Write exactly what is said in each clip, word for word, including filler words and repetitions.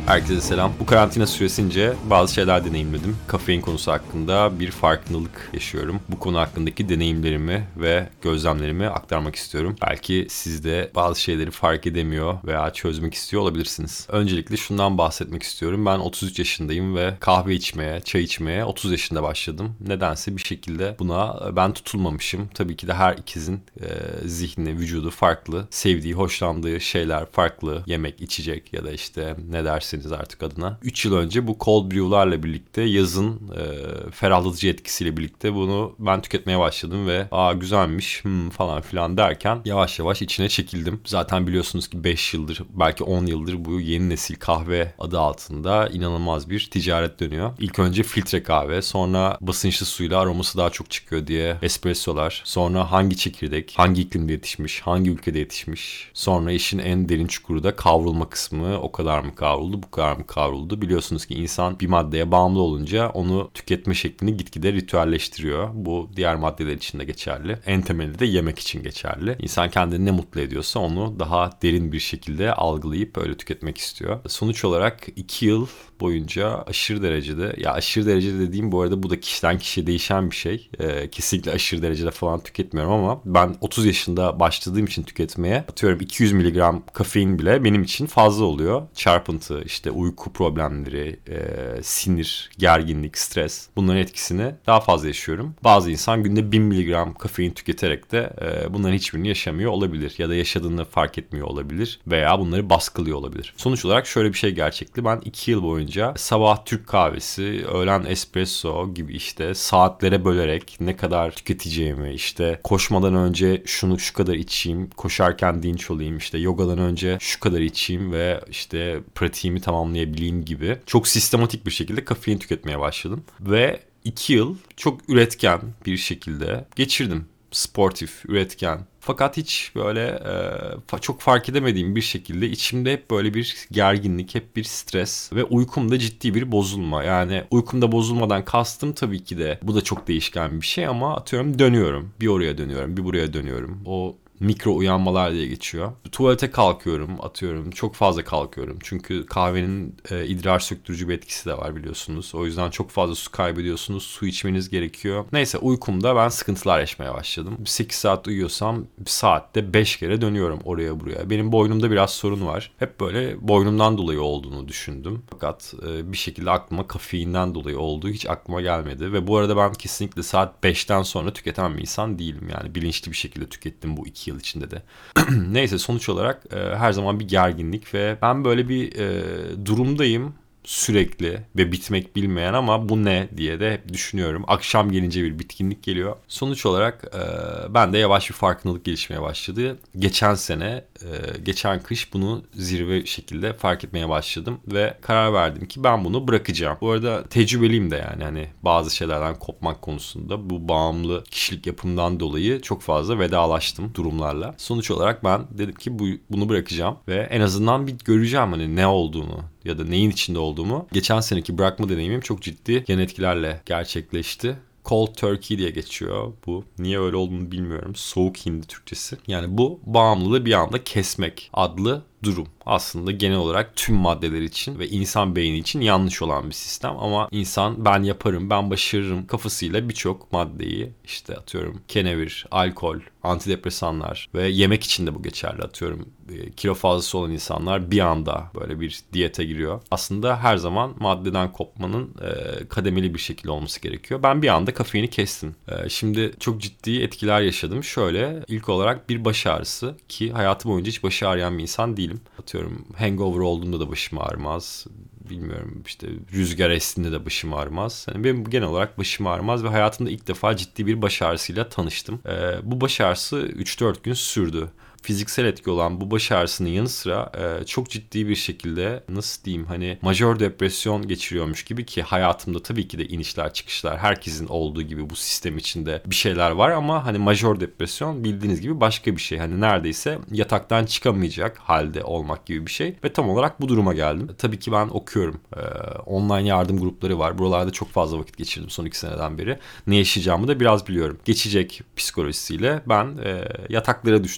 Herkese selam. Bu karantina süresince bazı şeyler deneyimledim. Kafein konusu hakkında bir farkındalık yaşıyorum. Bu konu hakkındaki deneyimlerimi ve gözlemlerimi aktarmak istiyorum. Belki siz de bazı şeyleri fark edemiyor veya çözmek istiyor olabilirsiniz. Öncelikle şundan bahsetmek istiyorum. Ben otuz üç yaşındayım ve kahve içmeye, çay içmeye otuz yaşında başladım. Nedense bir şekilde buna ben tutulmamışım. Tabii ki de her ikizin e, zihni, vücudu farklı. Sevdiği, hoşlandığı şeyler farklı. Yemek, içecek ya da işte ne dersiniz artık adına. üç yıl önce bu cold brew'larla birlikte yazın e, ferahlatıcı etkisiyle birlikte bunu ben tüketmeye başladım ve aa güzelmiş hmm, falan filan derken yavaş yavaş içine çekildim. Zaten biliyorsunuz ki beş yıldır belki on yıldır bu yeni nesil kahve adı altında inanılmaz bir ticaret dönüyor. İlk önce filtre kahve, sonra basınçlı suyla aroması daha çok çıkıyor diye espressolar, sonra hangi çekirdek, hangi iklimde yetişmiş, hangi ülkede yetişmiş, sonra işin en derin çukuru da kavrulma kısmı. O kadar mı kavruldu, bu kadar mı kavruldu? Biliyorsunuz ki insan bir maddeye bağımlı olunca onu tüketme şeklini gitgide ritüelleştiriyor. Bu diğer maddeler için de geçerli. En temeli de yemek için geçerli. İnsan kendini ne mutlu ediyorsa onu daha derin bir şekilde algılayıp öyle tüketmek istiyor. Sonuç olarak iki yıl boyunca aşırı derecede, ya aşırı derecede dediğim bu arada bu da kişiden kişiye değişen bir şey. Ee, kesinlikle aşırı derecede falan tüketmiyorum ama ben otuz yaşında başladığım için tüketmeye atıyorum iki yüz miligram kafein bile benim için fazla oluyor. Çarpıntı, işte uyku problemleri, e, sinir, gerginlik, stres, bunların etkisini daha fazla yaşıyorum. Bazı insan günde bin miligram kafein tüketerek de e, bunların hiçbirini yaşamıyor olabilir ya da yaşadığını fark etmiyor olabilir veya bunları baskılıyor olabilir. Sonuç olarak şöyle bir şey gerçekti. Ben iki yıl boyunca sabah Türk kahvesi, öğlen espresso gibi işte saatlere bölerek ne kadar tüketeceğimi, işte koşmadan önce şunu şu kadar içeyim, koşarken dinç olayım, işte yogadan önce şu kadar içeyim ve işte pratiğimi tamamlayabileyim gibi çok sistematik bir şekilde kafein tüketmeye başladım. Ve iki yıl çok üretken bir şekilde geçirdim. Sportif, üretken. Fakat hiç böyle e, çok fark edemediğim bir şekilde içimde hep böyle bir gerginlik, hep bir stres ve uykumda ciddi bir bozulma. Yani uykumda bozulmadan kastım tabii ki de bu da çok değişken bir şey ama atıyorum dönüyorum. Bir oraya dönüyorum, bir buraya dönüyorum. O mikro uyanmalar diye geçiyor. Tuvalete kalkıyorum, atıyorum. Çok fazla kalkıyorum. Çünkü kahvenin e, idrar söktürücü bir etkisi de var biliyorsunuz. O yüzden çok fazla su kaybediyorsunuz. Su içmeniz gerekiyor. Neyse uykumda ben sıkıntılar yaşamaya başladım. sekiz saat uyuyorsam bir saatte beş kere dönüyorum oraya buraya. Benim boynumda biraz sorun var. Hep böyle boynumdan dolayı olduğunu düşündüm. Fakat e, bir şekilde aklıma kafeinden dolayı olduğu hiç aklıma gelmedi. Ve bu arada ben kesinlikle saat beşten sonra tüketen bir insan değilim. Yani bilinçli bir şekilde tükettim bu iki yıl içinde de. Neyse sonuç olarak e, her zaman bir gerginlik ve ben böyle bir e, durumdayım sürekli ve bitmek bilmeyen ama bu ne diye de hep düşünüyorum. Akşam gelince bir bitkinlik geliyor. Sonuç olarak e, ben de yavaş bir farkındalık gelişmeye başladı. Geçen sene, e, geçen kış bunu zirve şekilde fark etmeye başladım ve karar verdim ki ben bunu bırakacağım. Bu arada tecrübeliyim de yani hani bazı şeylerden kopmak konusunda bu bağımlı kişilik yapımdan dolayı çok fazla vedalaştım durumlarla. Sonuç olarak ben dedim ki bu, bunu bırakacağım ve en azından bir göreceğim hani ne olduğunu ya da neyin içinde olduğumu. Geçen seneki bırakma deneyimim çok ciddi yan etkilerle gerçekleşti. Cold turkey diye geçiyor bu. Niye öyle olduğunu bilmiyorum. Soğuk hindi Türkçesi. Yani bu bağımlılığı bir anda kesmek adlı durum. Aslında genel olarak tüm maddeler için ve insan beyni için yanlış olan bir sistem ama insan ben yaparım, ben başarırım kafasıyla birçok maddeyi işte atıyorum kenevir, alkol, antidepresanlar ve yemek için de bu geçerli atıyorum. Kilo fazlası olan insanlar bir anda böyle bir diyete giriyor. Aslında her zaman maddeden kopmanın e, kademeli bir şekilde olması gerekiyor. Ben bir anda kafeini kestim. E, şimdi çok ciddi etkiler yaşadım. Şöyle ilk olarak bir baş ağrısı ki hayatım boyunca hiç başı ağrıyan bir insan değilim. Atıyorum hangover olduğumda da başım ağrımaz. Bilmiyorum işte rüzgar estiğinde de başım ağrımaz. Yani benim genel olarak başım ağrımaz ve hayatımda ilk defa ciddi bir baş ağrısıyla tanıştım. Ee, bu baş ağrısı üç dört gün sürdü. Fiziksel etki olan bu baş ağrısının yanı sıra e, çok ciddi bir şekilde nasıl diyeyim hani majör depresyon geçiriyormuş gibi ki hayatımda tabii ki de inişler çıkışlar herkesin olduğu gibi bu sistem içinde bir şeyler var ama hani majör depresyon bildiğiniz gibi başka bir şey. Hani neredeyse yataktan çıkamayacak halde olmak gibi bir şey ve tam olarak bu duruma geldim. Tabii ki ben okuyorum. E, online yardım grupları var. Buralarda çok fazla vakit geçirdim son iki seneden beri. Ne yaşayacağımı da biraz biliyorum. Geçecek psikolojisiyle ben e, yataklara düştüm diyebilirim.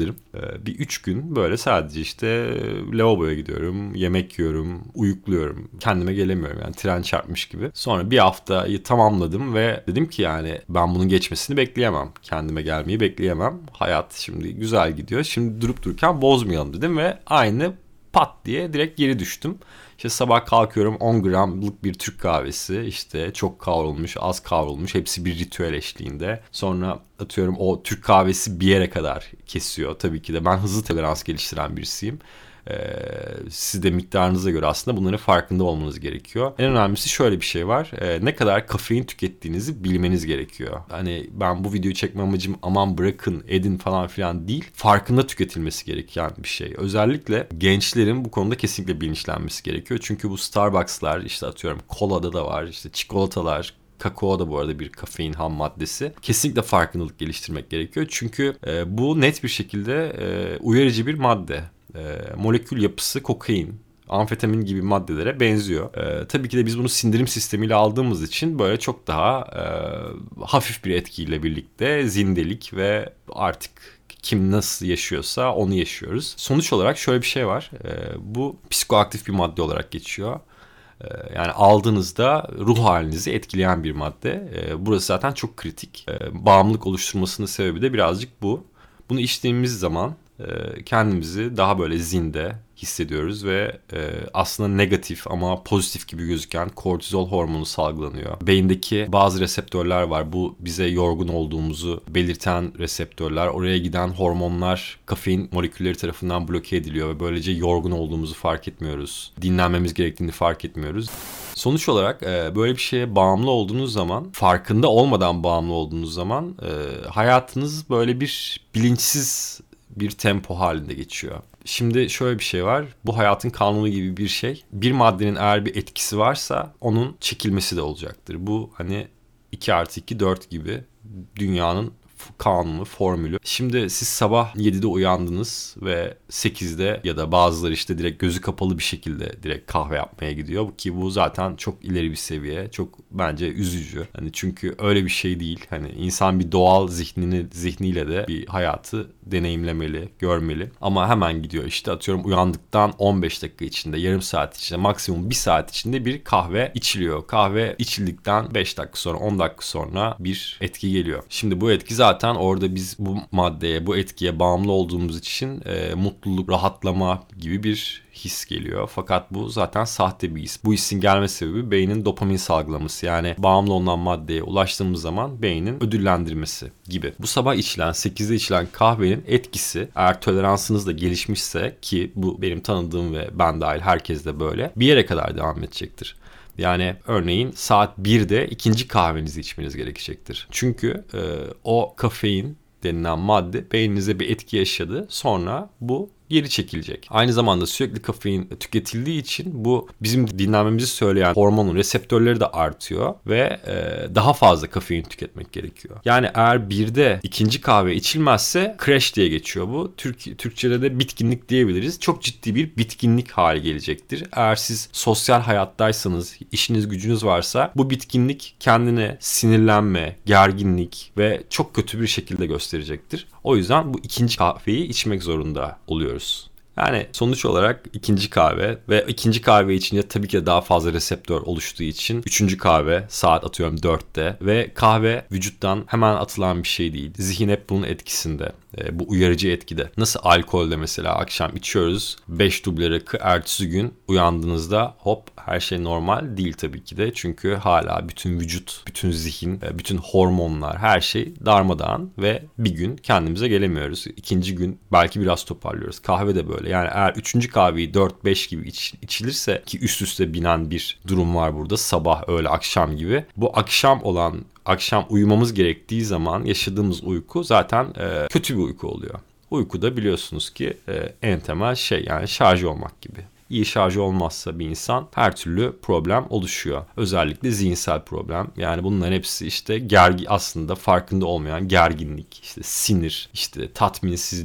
diyebilirim. Ee, bir üç gün böyle sadece işte lavaboya gidiyorum, yemek yiyorum, uyukluyorum. Kendime gelemiyorum yani tren çarpmış gibi. Sonra bir haftayı tamamladım ve dedim ki yani ben bunun geçmesini bekleyemem. Kendime gelmeyi bekleyemem. Hayat şimdi güzel gidiyor. Şimdi durup dururken bozmayalım dedim ve aynı pat diye direkt geri düştüm. İşte sabah kalkıyorum on gramlık bir Türk kahvesi, işte çok kavrulmuş, az kavrulmuş, hepsi bir ritüel eşliğinde. Sonra atıyorum o Türk kahvesi bir yere kadar kesiyor. Tabii ki de ben hızlı tolerans geliştiren birisiyim. Ee, siz de miktarınıza göre aslında bunların farkında olmanız gerekiyor. En önemlisi şöyle bir şey var. Ee, ne kadar kafein tükettiğinizi bilmeniz gerekiyor. Hani ben bu videoyu çekme amacım aman bırakın edin falan filan değil. Farkında tüketilmesi gereken bir şey. Özellikle gençlerin bu konuda kesinlikle bilinçlenmesi gerekiyor. Çünkü bu Starbucks'lar işte atıyorum kolada da var, işte çikolatalar, kakao da bu arada bir kafein ham maddesi. Kesinlikle farkındalık geliştirmek gerekiyor. Çünkü e, bu net bir şekilde e, uyarıcı bir madde. E, molekül yapısı kokain, amfetamin gibi maddelere benziyor. E, tabii ki de biz bunu sindirim sistemiyle aldığımız için böyle çok daha e, hafif bir etkiyle birlikte zindelik ve artık kim nasıl yaşıyorsa onu yaşıyoruz. Sonuç olarak şöyle bir şey var. E, bu psikoaktif bir madde olarak geçiyor. Yani aldığınızda ruh halinizi etkileyen bir madde. Burası zaten çok kritik. Bağımlılık oluşturmasının sebebi de birazcık bu. Bunu içtiğimiz zaman kendimizi daha böyle zinde hissediyoruz ve e, aslında negatif ama pozitif gibi gözüken kortizol hormonu salgılanıyor. Beyindeki bazı reseptörler var. Bu bize yorgun olduğumuzu belirten reseptörler. Oraya giden hormonlar kafein molekülleri tarafından bloke ediliyor ve böylece yorgun olduğumuzu fark etmiyoruz. Dinlenmemiz gerektiğini fark etmiyoruz. Sonuç olarak e, böyle bir şeye bağımlı olduğunuz zaman, farkında olmadan bağımlı olduğunuz zaman e, hayatınız böyle bir bilinçsiz bir tempo halinde geçiyor. Şimdi şöyle bir şey var. Bu hayatın kanunu gibi bir şey. Bir maddenin eğer bir etkisi varsa onun çekilmesi de olacaktır. Bu hani iki artı iki dört gibi dünyanın kanunu, formülü. Şimdi siz sabah yedide uyandınız ve sekizde ya da bazıları işte direkt gözü kapalı bir şekilde direkt kahve yapmaya gidiyor ki bu zaten çok ileri bir seviye. Çok bence üzücü. Hani çünkü öyle bir şey değil. Hani insan bir doğal zihnini zihniyle de bir hayatı deneyimlemeli, görmeli. Ama hemen gidiyor işte atıyorum uyandıktan on beş dakika içinde, yarım saat içinde, maksimum bir saat içinde bir kahve içiliyor. Kahve içildikten beş dakika sonra, on dakika sonra bir etki geliyor. Şimdi bu etki zaten Zaten orada biz bu maddeye, bu etkiye bağımlı olduğumuz için e, mutluluk, rahatlama gibi bir his geliyor. Fakat bu zaten sahte bir his. Bu hissin gelme sebebi beynin dopamin salgılaması. Yani bağımlı olunan maddeye ulaştığımız zaman beynin ödüllendirmesi gibi. Bu sabah içilen, sekizde içilen kahvenin etkisi eğer toleransınız da gelişmişse ki bu benim tanıdığım ve ben dahil herkes de böyle bir yere kadar devam edecektir. Yani örneğin saat birde ikinci kahvenizi içmeniz gerekecektir. Çünkü e, o kafein denilen madde beyninize bir etki yaşadı. Sonra bu geri çekilecek. Aynı zamanda sürekli kafein tüketildiği için bu bizim dinlenmemizi söyleyen hormonun reseptörleri de artıyor ve e, daha fazla kafein tüketmek gerekiyor. Yani eğer birde ikinci kahve içilmezse crash diye geçiyor bu. Türk, Türkçe'de de bitkinlik diyebiliriz. Çok ciddi bir bitkinlik hali gelecektir. Eğer siz sosyal hayattaysanız, işiniz gücünüz varsa bu bitkinlik kendine sinirlenme, gerginlik ve çok kötü bir şekilde gösterecektir. O yüzden bu ikinci kahveyi içmek zorunda oluyoruz. Yani sonuç olarak ikinci kahve ve ikinci kahve içince tabii ki de daha fazla reseptör oluştuğu için üçüncü kahve saat atıyorum dörtte ve kahve vücuttan hemen atılan bir şey değil. Zihin hep bunun etkisinde. E, bu uyarıcı etkide. Nasıl alkolde mesela akşam içiyoruz beş duble rakı, ertesi gün uyandığınızda hop her şey normal değil tabii ki de. Çünkü hala bütün vücut, bütün zihin, bütün hormonlar her şey darmadağın ve bir gün kendimize gelemiyoruz. İkinci gün belki biraz toparlıyoruz. Kahve de böyle. Yani eğer üçüncü kahveyi dört beş gibi iç, içilirse ki üst üste binen bir durum var burada. Sabah, öğle, akşam gibi. Bu akşam olan akşam uyumamız gerektiği zaman yaşadığımız uyku zaten e, kötü bir uyku oluyor. Uyku da biliyorsunuz ki e, en temel şey yani şarj olmak gibi. İyi şarj olmazsa bir insan her türlü problem oluşuyor. Özellikle zihinsel problem. Yani bunların hepsi işte gergi aslında farkında olmayan gerginlik, işte sinir, işte tatminsizlik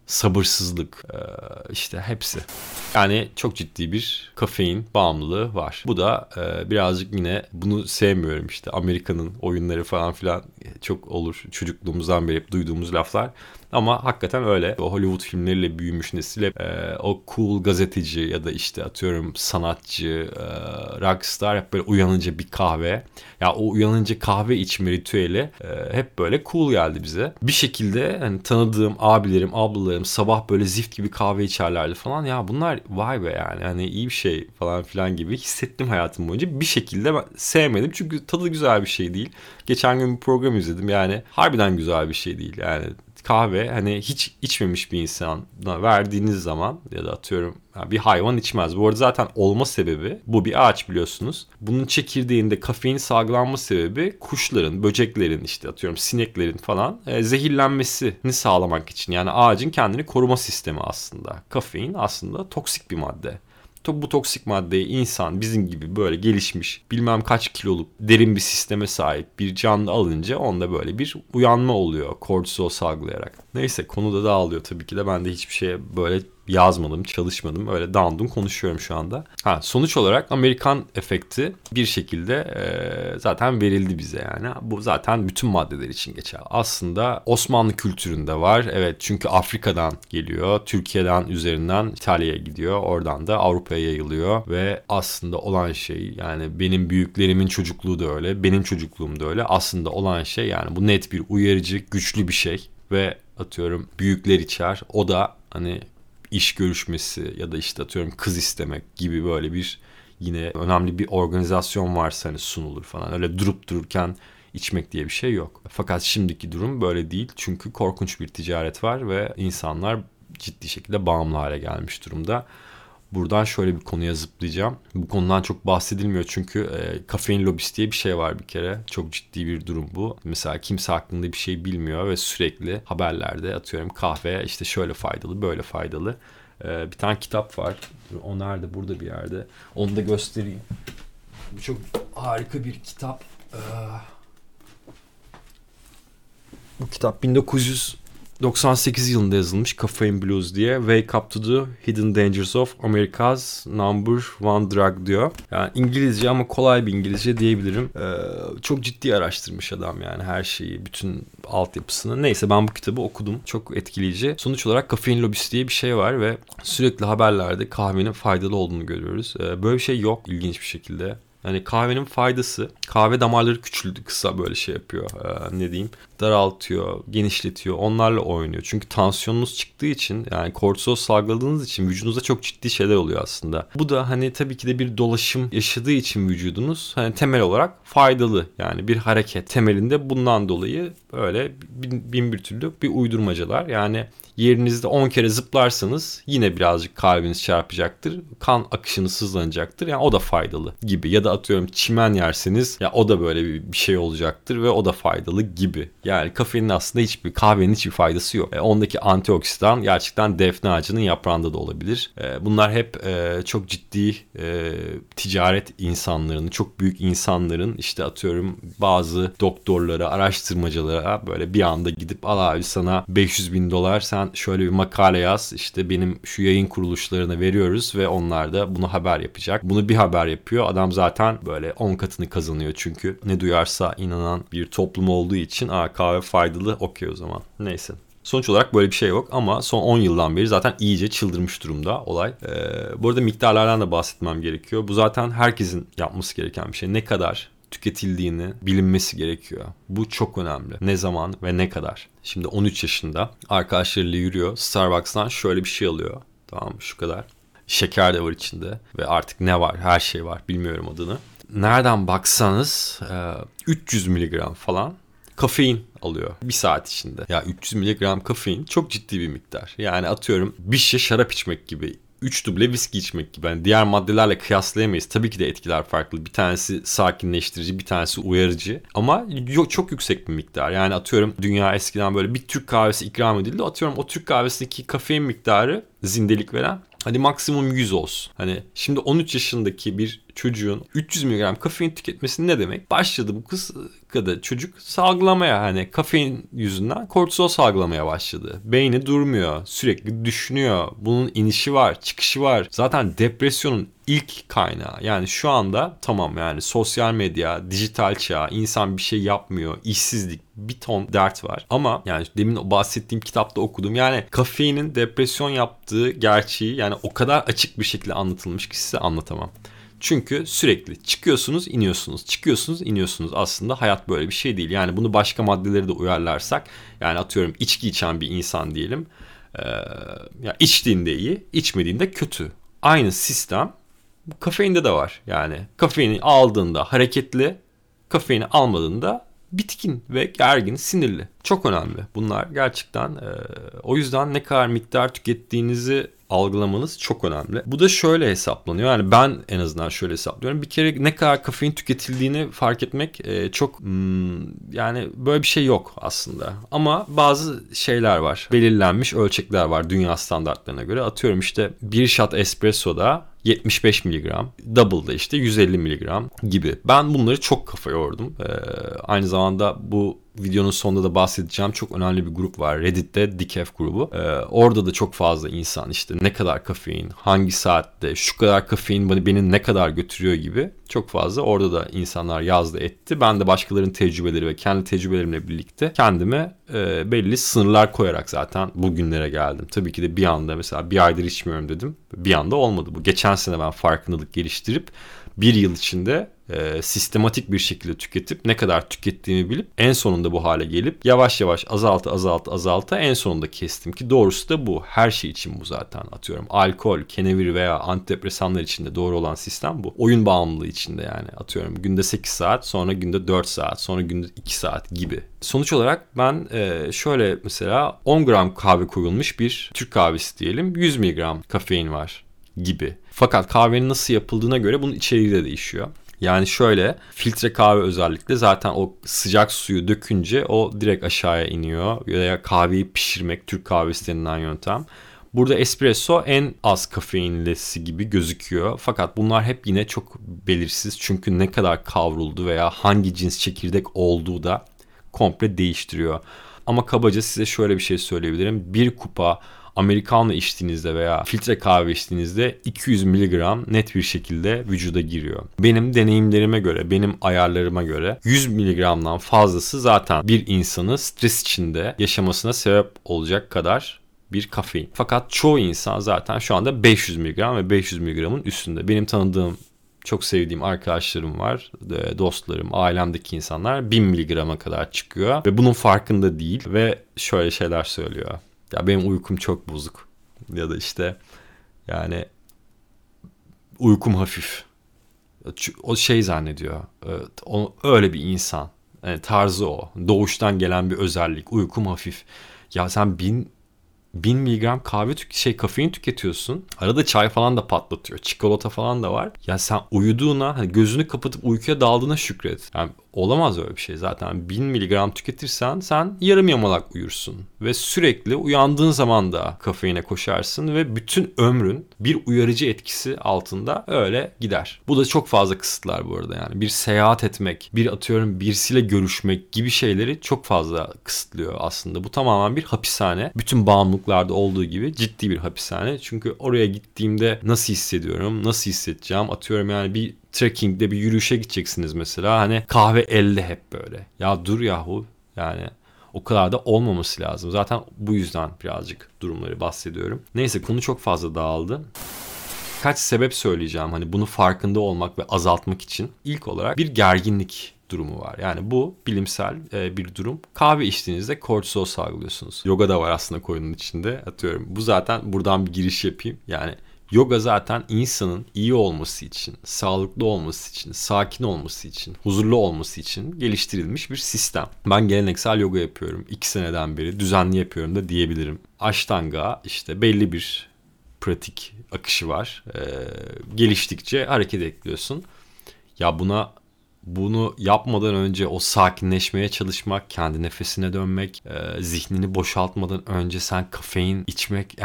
sabırsızlık, işte hepsi. Yani çok ciddi bir kafein bağımlılığı var. Bu da birazcık yine bunu sevmiyorum işte. Amerika'nın oyunları falan filan çok olur. Çocukluğumuzdan beri hep duyduğumuz laflar. Ama hakikaten öyle. O Hollywood filmleriyle büyümüş nesil hep e, o cool gazeteci ya da işte atıyorum sanatçı, e, rockstar hep böyle uyanınca bir kahve. Ya o uyanınca kahve içme ritüeli e, hep böyle cool geldi bize. Bir şekilde hani tanıdığım abilerim, ablalarım sabah böyle zift gibi kahve içerlerdi falan. Ya bunlar vay be yani hani iyi bir şey falan filan gibi hissettim hayatım boyunca. Bir şekilde ben sevmedim çünkü tadı güzel bir şey değil. Geçen gün bir program izledim yani harbiden güzel bir şey değil yani. Kahve hani hiç içmemiş bir insana verdiğiniz zaman ya da atıyorum bir hayvan içmez. Bu arada zaten olma sebebi bu bir ağaç biliyorsunuz. Bunun çekirdeğinde kafein salgılanma sebebi kuşların, böceklerin işte atıyorum sineklerin falan e, zehirlenmesini sağlamak için. Yani ağacın kendini koruma sistemi aslında. Kafein aslında toksik bir madde. Bu toksik maddeyi insan bizim gibi böyle gelişmiş bilmem kaç kiloluk derin bir sisteme sahip bir canlı alınca onda böyle bir uyanma oluyor kortizol salgılayarak. Neyse konu da dağılıyor tabii ki de ben de hiçbir şeye böyle yazmadım, çalışmadım. Öyle dandum konuşuyorum şu anda. Ha, sonuç olarak Amerikan efekti bir şekilde e, zaten verildi bize yani. Bu zaten bütün maddeler için geçer. Aslında Osmanlı kültüründe var. Evet çünkü Afrika'dan geliyor. Türkiye'den üzerinden İtalya'ya gidiyor. Oradan da Avrupa'ya yayılıyor. Ve aslında olan şey yani benim büyüklerimin çocukluğu da öyle. Benim çocukluğum da öyle. Aslında olan şey yani bu net bir uyarıcı, güçlü bir şey. Ve atıyorum büyükler içer. O da hani iş görüşmesi ya da işte atıyorum kız istemek gibi böyle bir yine önemli bir organizasyon varsa hani sunulur falan. Öyle durup dururken içmek diye bir şey yok. Fakat şimdiki durum böyle değil. Çünkü korkunç bir ticaret var ve insanlar ciddi şekilde bağımlı hale gelmiş durumda. Buradan şöyle bir konuya zıplayacağım. Bu konudan çok bahsedilmiyor çünkü e, kafein lobisi diye bir şey var bir kere. Çok ciddi bir durum bu. Mesela kimse hakkında bir şey bilmiyor ve sürekli haberlerde atıyorum kahve işte şöyle faydalı böyle faydalı. E, bir tane kitap var. O nerede? Burada bir yerde. Onu da göstereyim. Bu çok harika bir kitap. E, bu kitap bin dokuz yüz doksan sekiz yılında yazılmış Caffeine Blues diye. Wake Up to the Hidden Dangers of America's Number One Drug diyor. Yani İngilizce ama kolay bir İngilizce diyebilirim. Ee, çok ciddi araştırmış adam yani her şeyi, bütün altyapısını. Neyse ben bu kitabı okudum. Çok etkileyici. Sonuç olarak kafein lobisi diye bir şey var ve sürekli haberlerde kahvenin faydalı olduğunu görüyoruz. Ee, böyle bir şey yok ilginç bir şekilde. Yani kahvenin faydası, kahve damarları küçüldü kısa böyle şey yapıyor, ee, ne diyeyim, daraltıyor, genişletiyor, onlarla oynuyor. Çünkü tansiyonunuz çıktığı için yani kortizol salgıladığınız için vücudunuzda çok ciddi şeyler oluyor aslında. Bu da hani tabii ki de bir dolaşım yaşadığı için vücudunuz hani temel olarak faydalı. Yani bir hareket temelinde bundan dolayı öyle bin, bin bir türlü bir uydurmacalar. Yani yerinizde on kere zıplarsanız yine birazcık kalbiniz çarpacaktır. Kan akışınız hızlanacaktır. Yani o da faydalı gibi. Ya da atıyorum çimen yerseniz ya o da böyle bir şey olacaktır ve o da faydalı gibi. Yani kafeinin aslında hiçbir kahvenin hiçbir faydası yok. E, ondaki antioksidan gerçekten defne ağacının yaprağında da olabilir. E, bunlar hep e, çok ciddi e, ticaret insanlarının, çok büyük insanların işte atıyorum bazı doktorlara, araştırmacılara böyle bir anda gidip al abi sana beş yüz bin dolar sen şöyle bir makale yaz işte benim şu yayın kuruluşlarına veriyoruz ve onlar da bunu haber yapacak. Bunu bir haber yapıyor. Adam zaten böyle on katını kazanıyor çünkü ne duyarsa inanan bir toplum olduğu için aa kahve faydalı okey o zaman. Neyse. Sonuç olarak böyle bir şey yok ama son on yıldan beri zaten iyice çıldırmış durumda olay. Ee, bu arada miktarlardan da bahsetmem gerekiyor. Bu zaten herkesin yapması gereken bir şey. Ne kadar tüketildiğini bilinmesi gerekiyor. Bu çok önemli. Ne zaman ve ne kadar. Şimdi on üç yaşında arkadaşlarıyla yürüyor. Starbucks'tan şöyle bir şey alıyor. Tamam mı? Şu kadar. Şeker de var içinde ve artık ne var? Her şey var. Bilmiyorum adını. Nereden baksanız üç yüz miligram falan kafein alıyor bir saat içinde. Ya üç yüz miligram kafein çok ciddi bir miktar. Yani atıyorum bir şişe şarap içmek gibi. üç duble viski içmek gibi. Yani diğer maddelerle kıyaslayamayız. Tabii ki de etkiler farklı. Bir tanesi sakinleştirici, bir tanesi uyarıcı. Ama çok yüksek bir miktar. Yani atıyorum dünya eskiden böyle bir Türk kahvesi ikram edildi. Atıyorum o Türk kahvesindeki kafein miktarı zindelik veren hadi maksimum yüz olsun. Hani şimdi on üç yaşındaki bir çocuğun üç yüz miligram kafein tüketmesi ne demek? Başladı bu kız kadar çocuk salgılamaya, hani kafein yüzünden kortizol salgılamaya başladı. Beyni durmuyor, sürekli düşünüyor. Bunun inişi var, çıkışı var. Zaten depresyonun ilk kaynağı. Yani şu anda tamam, yani sosyal medya, dijital çağ, insan bir şey yapmıyor, işsizlik, bir ton dert var. Ama yani demin bahsettiğim kitapta okudum. Yani kafeinin depresyon yaptığı gerçeği yani o kadar açık bir şekilde anlatılmış ki size anlatamam. Çünkü sürekli çıkıyorsunuz, iniyorsunuz, çıkıyorsunuz, iniyorsunuz. Aslında hayat böyle bir şey değil. Yani bunu başka maddeleri de uyarlarsak, yani atıyorum içki içen bir insan diyelim. Ee, ya içtiğinde iyi, içmediğinde kötü. Aynı sistem bu kafeinde de var. Yani kafeini aldığında hareketli, kafeini almadığında bitkin ve gergin, sinirli. Çok önemli. Bunlar gerçekten e, o yüzden ne kadar miktar tükettiğinizi algılamanız çok önemli. Bu da şöyle hesaplanıyor. Yani ben en azından şöyle hesaplıyorum. Bir kere ne kadar kafein tüketildiğini fark etmek e, çok hmm, yani böyle bir şey yok aslında. Ama bazı şeyler var. Belirlenmiş ölçekler var dünya standartlarına göre. Atıyorum işte bir shot espressoda yetmiş beş miligram, double'da işte yüz elli miligram gibi. Ben bunları çok kafa yordum. Ee, aynı zamanda bu videonun sonunda da bahsedeceğim çok önemli bir grup var. Reddit'te Decaf grubu. Ee, orada da çok fazla insan işte ne kadar kafein, hangi saatte, şu kadar kafein beni, beni ne kadar götürüyor gibi çok fazla. Orada da insanlar yazdı etti. Ben de başkalarının tecrübeleri ve kendi tecrübelerimle birlikte kendime e, belli sınırlar koyarak zaten bugünlere geldim. Tabii ki de bir anda mesela bir aydır içmiyorum dedim. Bir anda olmadı bu. Geçen sene ben farkındalık geliştirip bir yıl içinde e, sistematik bir şekilde tüketip ne kadar tükettiğimi bilip en sonunda bu hale gelip yavaş yavaş azalta azalta azalta en sonunda kestim ki doğrusu da bu. Her şey için bu zaten, atıyorum. Alkol, kenevir veya antidepresanlar için de doğru olan sistem bu. Oyun bağımlılığı içinde yani atıyorum günde sekiz saat, sonra günde dört saat, sonra günde iki saat gibi. Sonuç olarak ben e, şöyle mesela on gram kahve koyulmuş bir Türk kahvesi diyelim, yüz miligram kafein var gibi. Fakat kahvenin nasıl yapıldığına göre bunun içeriği de değişiyor. Yani şöyle, filtre kahve özellikle zaten o sıcak suyu dökünce o direkt aşağıya iniyor. Veya kahveyi pişirmek, Türk kahvesi denilen yöntem. Burada espresso en az kafeinlisi gibi gözüküyor. Fakat bunlar hep yine çok belirsiz. Çünkü ne kadar kavruldu veya hangi cins çekirdek olduğu da komple değiştiriyor. Ama kabaca size şöyle bir şey söyleyebilirim. Bir kupa Americano içtiğinizde veya filtre kahve içtiğinizde iki yüz miligram net bir şekilde vücuda giriyor. Benim deneyimlerime göre, benim ayarlarıma göre yüz miligramdan fazlası zaten bir insanı stres içinde yaşamasına sebep olacak kadar bir kafein. Fakat çoğu insan zaten şu anda beş yüz miligram ve beş yüz miligramın üstünde. Benim tanıdığım, çok sevdiğim arkadaşlarım var, dostlarım, ailemdeki insanlar bin miligrama kadar çıkıyor ve bunun farkında değil ve şöyle şeyler söylüyor. Ya benim uykum çok bozuk. Ya da işte yani uykum hafif. O şey zannediyor. O öyle bir insan. Yani tarzı o. Doğuştan gelen bir özellik. Uykum hafif. Ya sen bin bin miligram kahve tük şey kafein tüketiyorsun. Arada çay falan da patlatıyor. Çikolata falan da var. Ya sen uyuduğuna, hani gözünü kapatıp uykuya daldığına şükret. Yani olamaz öyle bir şey. Zaten bin miligram tüketirsen sen yarım yamalak uyursun. Ve sürekli uyandığın zaman da kafeine koşarsın ve bütün ömrün bir uyarıcı etkisi altında öyle gider. Bu da çok fazla kısıtlar bu arada yani. Bir seyahat etmek, bir atıyorum birisiyle görüşmek gibi şeyleri çok fazla kısıtlıyor aslında. Bu tamamen bir hapishane. Bütün bağımlılıklarda olduğu gibi ciddi bir hapishane. Çünkü oraya gittiğimde nasıl hissediyorum, nasıl hissedeceğim, atıyorum yani bir trekkingde bir yürüyüşe gideceksiniz mesela, hani kahve elde hep böyle. Ya dur yahu, yani o kadar da olmaması lazım. Zaten bu yüzden birazcık durumları bahsediyorum. Neyse, konu çok fazla dağıldı. Kaç sebep söyleyeceğim hani bunu farkında olmak ve azaltmak için. İlk olarak bir gerginlik durumu var. Yani bu bilimsel e, bir durum. Kahve içtiğinizde kortizol salgılıyorsunuz. Yoga da var aslında konunun içinde. Atıyorum. Bu zaten buradan bir giriş yapayım. Yani yoga zaten insanın iyi olması için, sağlıklı olması için, sakin olması için, huzurlu olması için geliştirilmiş bir sistem. Ben geleneksel yoga yapıyorum. iki seneden beri düzenli yapıyorum da diyebilirim. Ashtanga işte belli bir pratik akışı var. Ee, geliştikçe hareket ekliyorsun. Ya buna bunu yapmadan önce o sakinleşmeye çalışmak, kendi nefesine dönmek, e, zihnini boşaltmadan önce sen kafein içmek, yani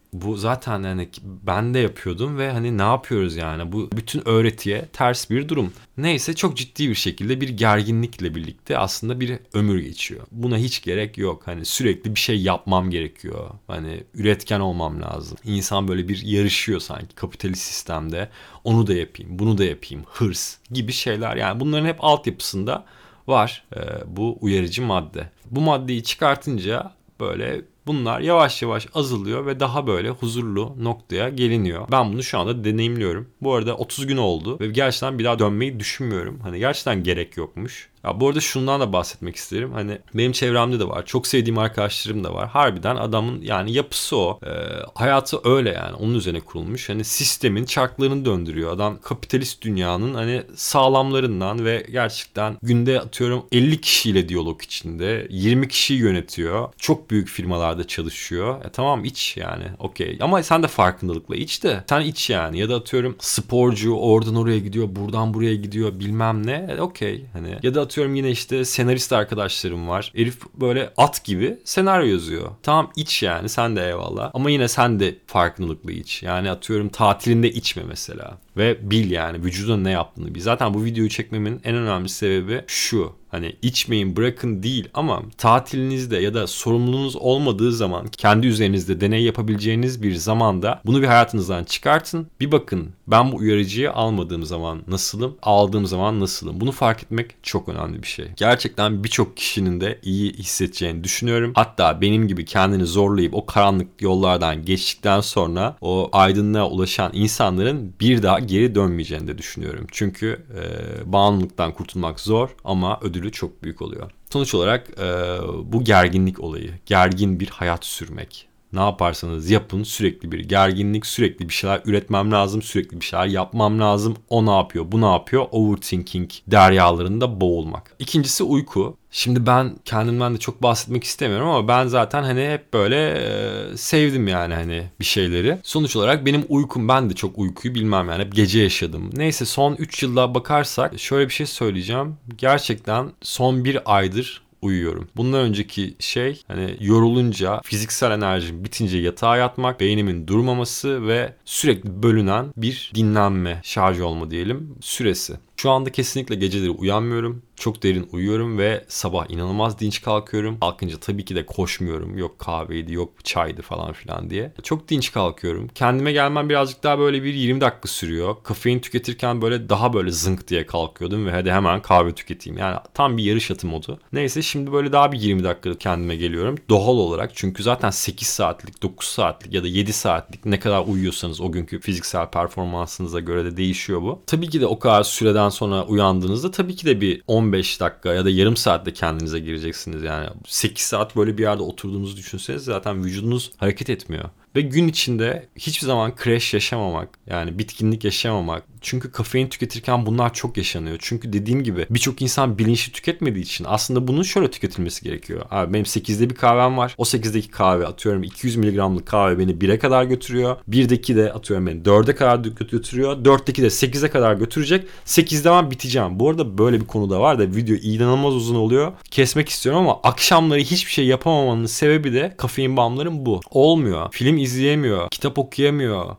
bu zaten hani ben de yapıyordum ve hani ne yapıyoruz yani? Bu bütün öğretiye ters bir durum. Neyse çok ciddi bir şekilde bir gerginlikle birlikte aslında bir ömür geçiyor. Buna hiç gerek yok. Hani sürekli bir şey yapmam gerekiyor. Hani üretken olmam lazım. İnsan böyle bir yarışıyor sanki kapitalist sistemde. Onu da yapayım, bunu da yapayım. Hırs gibi şeyler. Yani bunların hep altyapısında var e, bu uyarıcı madde. Bu maddeyi çıkartınca böyle bunlar yavaş yavaş azalıyor ve daha böyle huzurlu noktaya geliniyor. Ben bunu şu anda deneyimliyorum. Bu arada otuz gün oldu ve gerçekten bir daha dönmeyi düşünmüyorum. Hani gerçekten gerek yokmuş. Ya bu arada şundan da bahsetmek isterim. Hani benim çevremde de var. Çok sevdiğim arkadaşlarım da var. Harbiden adamın yani yapısı o. Ee, hayatı öyle yani. Onun üzerine kurulmuş. Hani sistemin çarklarını döndürüyor. Adam kapitalist dünyanın hani sağlamlarından ve gerçekten günde atıyorum elli kişiyle diyalog içinde. yirmi kişiyi yönetiyor. Çok büyük firmalarda çalışıyor. E, tamam iç yani. Okey. Ama sen de farkındalıkla iç de. Sen iç yani. Ya da atıyorum sporcu oradan oraya gidiyor. Buradan buraya gidiyor. Bilmem ne. E, okey. Hani ya da atıyorum yine işte senarist arkadaşlarım var. Herif böyle at gibi senaryo yazıyor. Tamam iç yani sen de eyvallah. Ama yine sen de farkındalıkla iç. Yani atıyorum tatilinde içme mesela. Ve bil yani vücudun ne yaptığını bil. Zaten bu videoyu çekmemin en önemli sebebi şu. Hani içmeyin bırakın değil ama tatilinizde ya da sorumluluğunuz olmadığı zaman kendi üzerinizde deney yapabileceğiniz bir zamanda bunu bir hayatınızdan çıkartın. Bir bakın ben bu uyarıcıyı almadığım zaman nasılım, aldığım zaman nasılım. Bunu fark etmek çok önemli bir şey. Gerçekten birçok kişinin de iyi hissedeceğini düşünüyorum. Hatta benim gibi kendini zorlayıp o karanlık yollardan geçtikten sonra o aydınlığa ulaşan insanların bir daha geri dönmeyeceğini de düşünüyorum. Çünkü e, bağımlılıktan kurtulmak zor ama ödülü çok büyük oluyor. Sonuç olarak e, bu gerginlik olayı, gergin bir hayat sürmek. Ne yaparsanız yapın sürekli bir gerginlik, sürekli bir şeyler üretmem lazım, sürekli bir şeyler yapmam lazım. O ne yapıyor, bu ne yapıyor? Overthinking deryalarında boğulmak. İkincisi uyku. Şimdi ben kendimden de çok bahsetmek istemiyorum ama ben zaten hani hep böyle e, sevdim yani hani bir şeyleri. Sonuç olarak benim uykum, ben de çok uykuyu bilmem yani hep gece yaşadım. Neyse son üç yılda bakarsak şöyle bir şey söyleyeceğim. Gerçekten son bir aydır uyuyorum. Bundan önceki şey hani yorulunca, fiziksel enerjim bitince yatağa yatmak, beynimin durmaması ve sürekli bölünen bir dinlenme, şarj olma diyelim süresi. Şu anda kesinlikle geceleri uyanmıyorum. Çok derin uyuyorum ve sabah inanılmaz dinç kalkıyorum. Kalkınca tabii ki de koşmuyorum. Yok kahveydi, yok çaydı falan filan diye. Çok dinç kalkıyorum. Kendime gelmem birazcık daha böyle bir yirmi dakika sürüyor. Kafein tüketirken böyle daha böyle zınk diye kalkıyordum ve hadi hemen kahve tüketeyim. Yani tam bir yarış atı modu. Neyse şimdi böyle daha bir yirmi dakika kendime geliyorum. Doğal olarak çünkü zaten sekiz saatlik, dokuz saatlik ya da yedi saatlik ne kadar uyuyorsanız o günkü fiziksel performansınıza göre de değişiyor bu. Tabii ki de o kadar süreden sonra uyandığınızda tabii ki de bir on beş dakika ya da yarım saatte kendinize gireceksiniz. Yani sekiz saat böyle bir yerde oturduğunuzu düşünseniz zaten vücudunuz hareket etmiyor. Ve gün içinde hiçbir zaman crash yaşamamak, yani bitkinlik yaşamamak. Çünkü kafein tüketirken bunlar çok yaşanıyor. Çünkü dediğim gibi birçok insan bilinçli tüketmediği için aslında bunun şöyle tüketilmesi gerekiyor. Abi benim sekizde bir kahvem var. O sekizdeki kahve atıyorum iki yüz miligramlık kahve beni bire kadar götürüyor. birdeki de atıyorum beni dörde kadar götürüyor. dörtteki de sekize kadar götürecek. sekizde ben biteceğim. Bu arada böyle bir konu da var da video inanılmaz uzun oluyor. Kesmek istiyorum ama akşamları hiçbir şey yapamamanın sebebi de kafein bağımlıların bu. Olmuyor. Film izleyemiyor. Kitap okuyamıyor.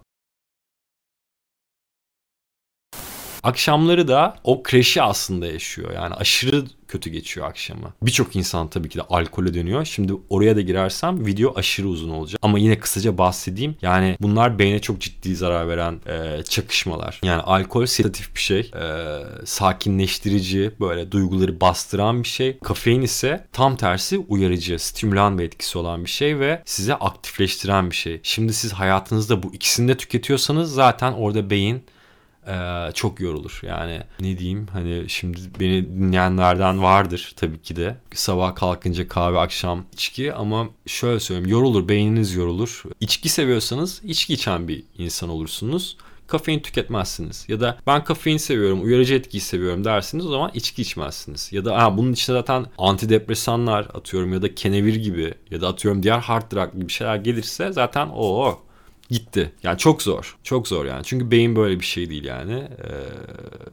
Akşamları da o crash'i aslında yaşıyor. Yani aşırı kötü geçiyor akşamı. Birçok insan tabii ki de alkole dönüyor. Şimdi oraya da girersem video aşırı uzun olacak. Ama yine kısaca bahsedeyim. Yani bunlar beyne çok ciddi zarar veren e, çakışmalar. Yani alkol sedatif bir şey. E, sakinleştirici, böyle duyguları bastıran bir şey. Kafein ise tam tersi uyarıcı, stimülan bir etkisi olan bir şey ve size aktifleştiren bir şey. Şimdi siz hayatınızda bu ikisini de tüketiyorsanız zaten orada beyin Ee, çok yorulur. Yani ne diyeyim hani şimdi beni dinleyenlerden vardır tabii ki de. Sabah kalkınca kahve, akşam içki ama şöyle söyleyeyim yorulur, beyniniz yorulur. İçki seviyorsanız içki içen bir insan olursunuz. Kafein tüketmezsiniz. Ya da ben kafein seviyorum, uyarıcı etkiyi seviyorum dersiniz o zaman içki içmezsiniz. Ya da ha, bunun içinde zaten antidepresanlar atıyorum ya da kenevir gibi ya da atıyorum diğer hard drug gibi şeyler gelirse zaten o gitti. Yani çok zor. Çok zor yani. Çünkü beyin böyle bir şey değil yani. Ee,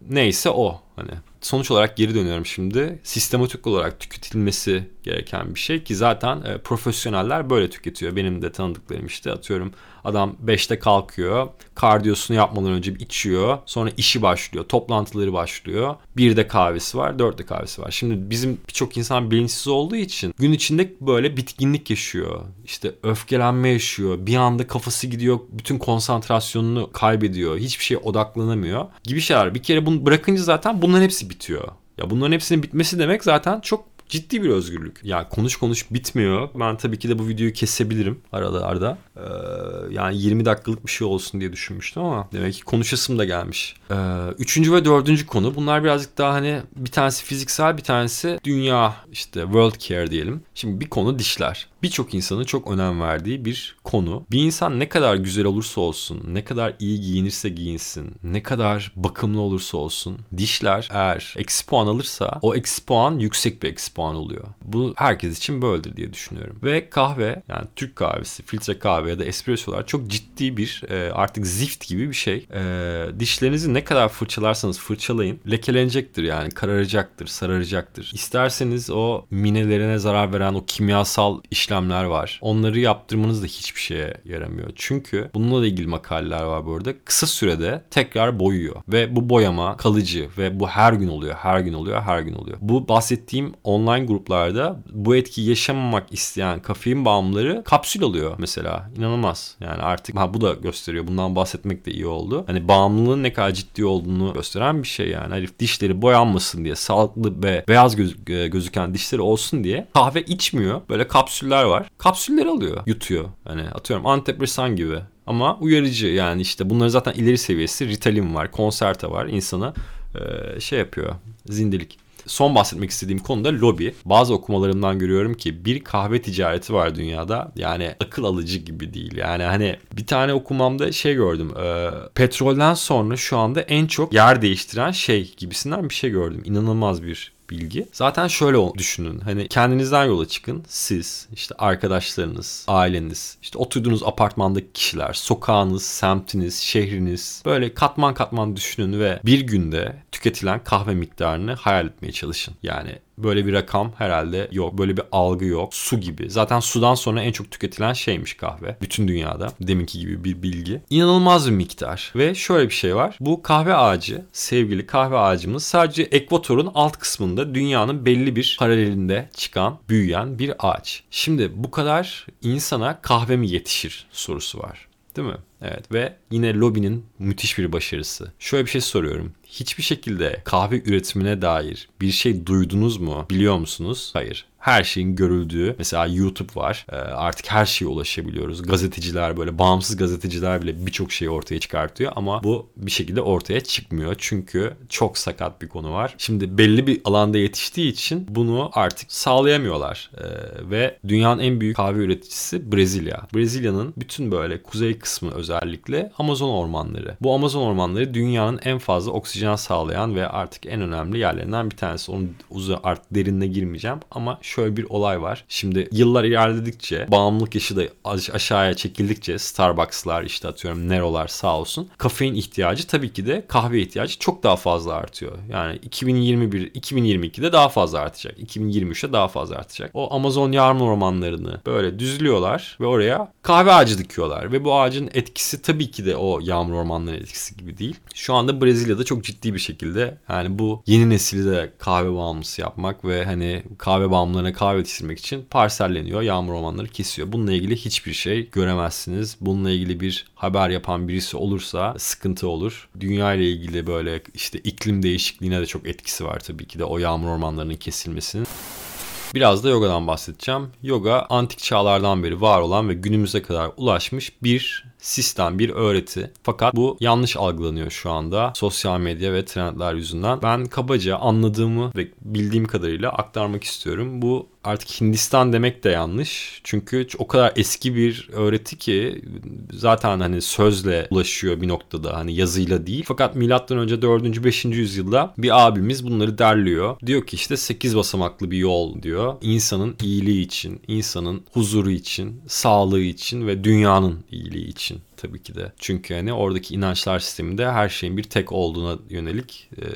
neyse o. Hani sonuç olarak geri dönüyorum şimdi. Sistematik olarak tüketilmesi gereken bir şey ki zaten e, profesyoneller böyle tüketiyor. Benim de tanıdıklarım işte, atıyorum adam beşte kalkıyor. Kardiyosunu yapmadan önce bir içiyor. Sonra işi başlıyor. Toplantıları başlıyor. birde kahvesi var. dörtte kahvesi var. Şimdi bizim birçok insan bilinçsiz olduğu için gün içinde böyle bitkinlik yaşıyor. İşte öfkelenme yaşıyor. Bir anda kafası gidiyor. Bütün konsantrasyonunu kaybediyor. Hiçbir şeye odaklanamıyor gibi şeyler. Bir kere bunu bırakınca zaten bunların hepsi bitiyor. Ya bunların hepsinin bitmesi demek zaten çok ciddi bir özgürlük. Ya konuş konuş bitmiyor. Ben tabii ki de bu videoyu kesebilirim aralarda. Ee, yani yirmi dakikalık bir şey olsun diye düşünmüştüm ama demek ki konuşasım da gelmiş. Ee, üçüncü ve dördüncü konu. Bunlar birazcık daha hani bir tanesi fiziksel, bir tanesi dünya, işte world care diyelim. Şimdi bir konu dişler. Birçok insanın çok önem verdiği bir konu. Bir insan ne kadar güzel olursa olsun, ne kadar iyi giyinirse giyinsin, ne kadar bakımlı olursa olsun, dişler eğer eksi puan alırsa o eksi puan yüksek bir eksi puan oluyor. Bu herkes için böyledir diye düşünüyorum. Ve kahve, yani Türk kahvesi, filtre kahve ya da espressolar çok ciddi bir e, artık zift gibi bir şey. E, dişlerinizi ne kadar fırçalarsanız fırçalayın lekelenecektir, yani kararacaktır, sararacaktır. İsterseniz o minelerine zarar veren o kimyasal işlemler var. Onları yaptırmanız da hiçbir şeye yaramıyor. Çünkü bununla da ilgili makaleler var bu arada. Kısa sürede tekrar boyuyor. Ve bu boyama kalıcı ve bu her gün oluyor, her gün oluyor, her gün oluyor. Bu bahsettiğim online gruplarda bu etkiyi yaşamamak isteyen kafein bağımlıları kapsül alıyor mesela. İnanılmaz. Yani artık ha, bu da gösteriyor. Bundan bahsetmek de iyi oldu. Hani bağımlılığın ne kadar ciddi olduğunu gösteren bir şey yani. Herif dişleri boyanmasın diye, sağlıklı ve beyaz göz, gözüken dişleri olsun diye kahve içmiyor. Böyle kapsüller var. Kapsülleri alıyor, yutuyor. Hani atıyorum antidepresan gibi. Ama uyarıcı, yani işte bunların zaten ileri seviyesi. Ritalin var, Concerta var. İnsana e, şey yapıyor, zindelik. Son bahsetmek istediğim konu da lobi. Bazı okumalarımdan görüyorum ki bir kahve ticareti var dünyada. Yani akıl alıcı gibi değil. Yani hani bir tane okumamda şey gördüm. E, petrolden sonra şu anda en çok yer değiştiren şey gibisinden bir şey gördüm. İnanılmaz bir bilgi. Zaten şöyle düşünün. Hani kendinizden yola çıkın. Siz, işte arkadaşlarınız, aileniz, işte oturduğunuz apartmandaki kişiler, sokağınız, semtiniz, şehriniz. Böyle katman katman düşünün ve bir günde tüketilen kahve miktarını hayal etmeye çalışın. Yani böyle bir rakam herhalde yok. Böyle bir algı yok. Su gibi. Zaten sudan sonra en çok tüketilen şeymiş kahve. Bütün dünyada. Deminki gibi bir bilgi. İnanılmaz bir miktar. Ve şöyle bir şey var. Bu kahve ağacı, sevgili kahve ağacımız sadece ekvatorun alt kısmında dünyanın belli bir paralelinde çıkan, büyüyen bir ağaç. Şimdi bu kadar insana kahve mi yetişir sorusu var. Değil mi? Evet, ve yine lobinin müthiş bir başarısı. Şöyle bir şey soruyorum. Hiçbir şekilde kahve üretimine dair bir şey duydunuz mu? Biliyor musunuz? Hayır. Her şeyin görüldüğü, mesela YouTube var. Ee, artık her şeye ulaşabiliyoruz. Gazeteciler, böyle bağımsız gazeteciler bile birçok şeyi ortaya çıkartıyor ama bu bir şekilde ortaya çıkmıyor. Çünkü çok sakat bir konu var. Şimdi belli bir alanda yetiştiği için bunu artık sağlayamıyorlar. Ee, ve dünyanın en büyük kahve üreticisi Brezilya. Brezilya'nın bütün böyle kuzey kısmı özellikle Amazon ormanları. Bu Amazon ormanları dünyanın en fazla oksijen sağlayan ve artık en önemli yerlerinden bir tanesi. Onun uzun artık derinine girmeyeceğim ama şöyle bir olay var. Şimdi yıllar ilerledikçe, bağımlılık yaşı da aşağıya çekildikçe, Starbucks'lar, işte atıyorum Nero'lar sağ olsun, kafein ihtiyacı tabii ki de kahve ihtiyacı çok daha fazla artıyor. Yani iki bin yirmi bir iki bin yirmi ikide daha fazla artacak. iki bin yirmi üçte daha fazla artacak. O Amazon yarım ormanlarını böyle düzlüyorlar ve oraya kahve ağacı dikiyorlar ve bu ağacın etkisi tabii ki de o yağmur ormanlarının etkisi gibi değil. Şu anda Brezilya'da çok ciddi bir şekilde, yani bu yeni nesili de kahve bağımlısı yapmak ve hani kahve bağımlılarına kahve yetiştirmek için parselleniyor. Yağmur ormanları kesiyor. Bununla ilgili hiçbir şey göremezsiniz. Bununla ilgili bir haber yapan birisi olursa sıkıntı olur. Dünya ile ilgili böyle işte iklim değişikliğine de çok etkisi var tabii ki de o yağmur ormanlarının kesilmesinin. Biraz da yogadan bahsedeceğim. Yoga antik çağlardan beri var olan ve günümüze kadar ulaşmış bir sistem, bir öğreti. Fakat bu yanlış algılanıyor şu anda sosyal medya ve trendler yüzünden. Ben kabaca anladığımı ve bildiğim kadarıyla aktarmak istiyorum. Bu artık Hindistan demek de yanlış. Çünkü o kadar eski bir öğreti ki zaten hani sözle ulaşıyor bir noktada, hani yazıyla değil. Fakat milattan önce dördüncü beşinci yüzyılda bir abimiz bunları derliyor. Diyor ki işte sekiz basamaklı bir yol diyor. İnsanın iyiliği için, insanın huzuru için, sağlığı için ve dünyanın iyiliği için. tabii ki de. Çünkü hani oradaki inançlar sisteminde her şeyin bir tek olduğuna yönelik e,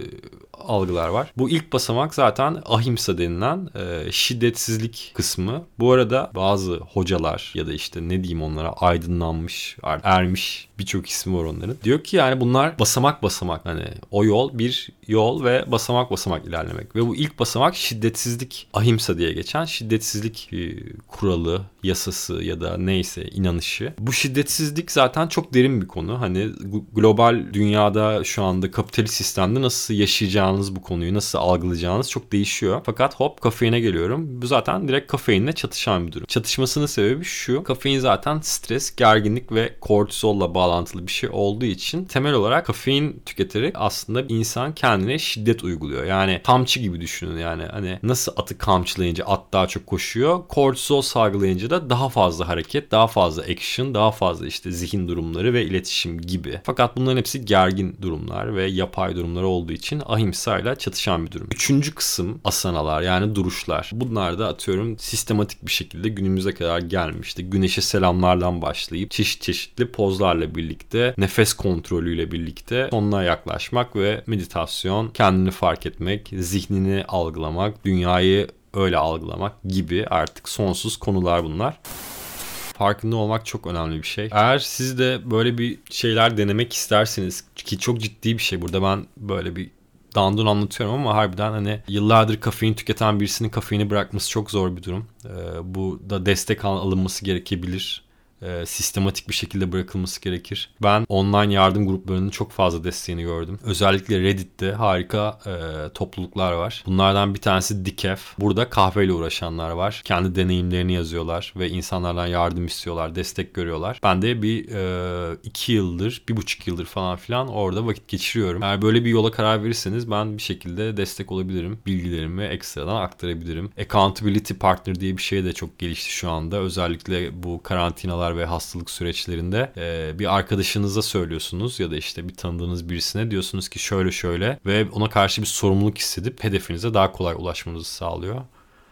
algılar var. Bu ilk basamak zaten ahimsa denilen e, şiddetsizlik kısmı. Bu arada bazı hocalar ya da işte ne diyeyim onlara, aydınlanmış, ermiş, birçok ismi var onların. Diyor ki yani bunlar basamak basamak, hani o yol bir yol ve basamak basamak ilerlemek. Ve bu ilk basamak şiddetsizlik, ahimsa diye geçen şiddetsizlik e, kuralı, yasası ya da neyse inanışı. Bu şiddetsizlik zaten çok derin bir konu. Hani global dünyada şu anda kapitalist sistemde nasıl yaşayacağınız, bu konuyu nasıl algılayacağınız çok değişiyor. Fakat hop kafeine geliyorum. Bu zaten direkt kafeinle çatışan bir durum. Çatışmasının sebebi şu: kafein zaten stres, gerginlik ve kortizolla bağlantılı bir şey olduğu için temel olarak kafein tüketerek aslında insan kendine şiddet uyguluyor. Yani kamçı gibi düşünün yani. Hani nasıl atı kamçılayınca at daha çok koşuyor, kortizol salgılayınca da daha fazla hareket, daha fazla action, daha fazla işte zihin durumları ve iletişim gibi. Fakat bunların hepsi gergin durumlar ve yapay durumlar olduğu için ahimsa ile çatışan bir durum. Üçüncü kısım asanalar, yani duruşlar. Bunlar da atıyorum sistematik bir şekilde günümüze kadar gelmişti. Güneşe selamlardan başlayıp çeşit çeşitli pozlarla birlikte, nefes kontrolüyle birlikte sonuna yaklaşmak ve meditasyon, kendini fark etmek, zihnini algılamak, dünyayı öyle algılamak gibi artık sonsuz konular bunlar. Farkında olmak çok önemli bir şey. Eğer siz de böyle bir şeyler denemek isterseniz, ki çok ciddi bir şey, burada ben böyle bir dandun anlatıyorum ama harbiden hani yıllardır kafein tüketen birisinin kafeini bırakması çok zor bir durum. Ee, bu da destek alınması gerekebilir. E, sistematik bir şekilde bırakılması gerekir. Ben online yardım gruplarının çok fazla desteğini gördüm. Özellikle Reddit'te harika e, topluluklar var. Bunlardan bir tanesi Decaf. Burada kahveyle uğraşanlar var. Kendi deneyimlerini yazıyorlar ve insanlardan yardım istiyorlar, destek görüyorlar. Ben de bir e, iki yıldır, bir buçuk yıldır falan filan orada vakit geçiriyorum. Eğer böyle bir yola karar verirseniz ben bir şekilde destek olabilirim. Bilgilerimi ekstradan aktarabilirim. Accountability Partner diye bir şey de çok gelişti şu anda. Özellikle bu karantinalar ve hastalık süreçlerinde e, bir arkadaşınıza söylüyorsunuz ya da işte bir tanıdığınız birisine diyorsunuz ki şöyle şöyle ve ona karşı bir sorumluluk hissedip hedefinize daha kolay ulaşmanızı sağlıyor.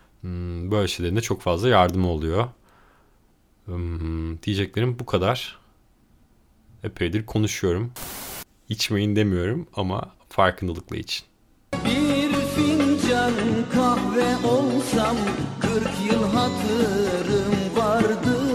Hmm, böyle şeylerinde çok fazla yardımı oluyor. Hmm, diyeceklerim bu kadar. Epeydir konuşuyorum. İçmeyin demiyorum ama farkındalıkla için. Bir fincan kahve olsam kırk yıl hatırım vardı.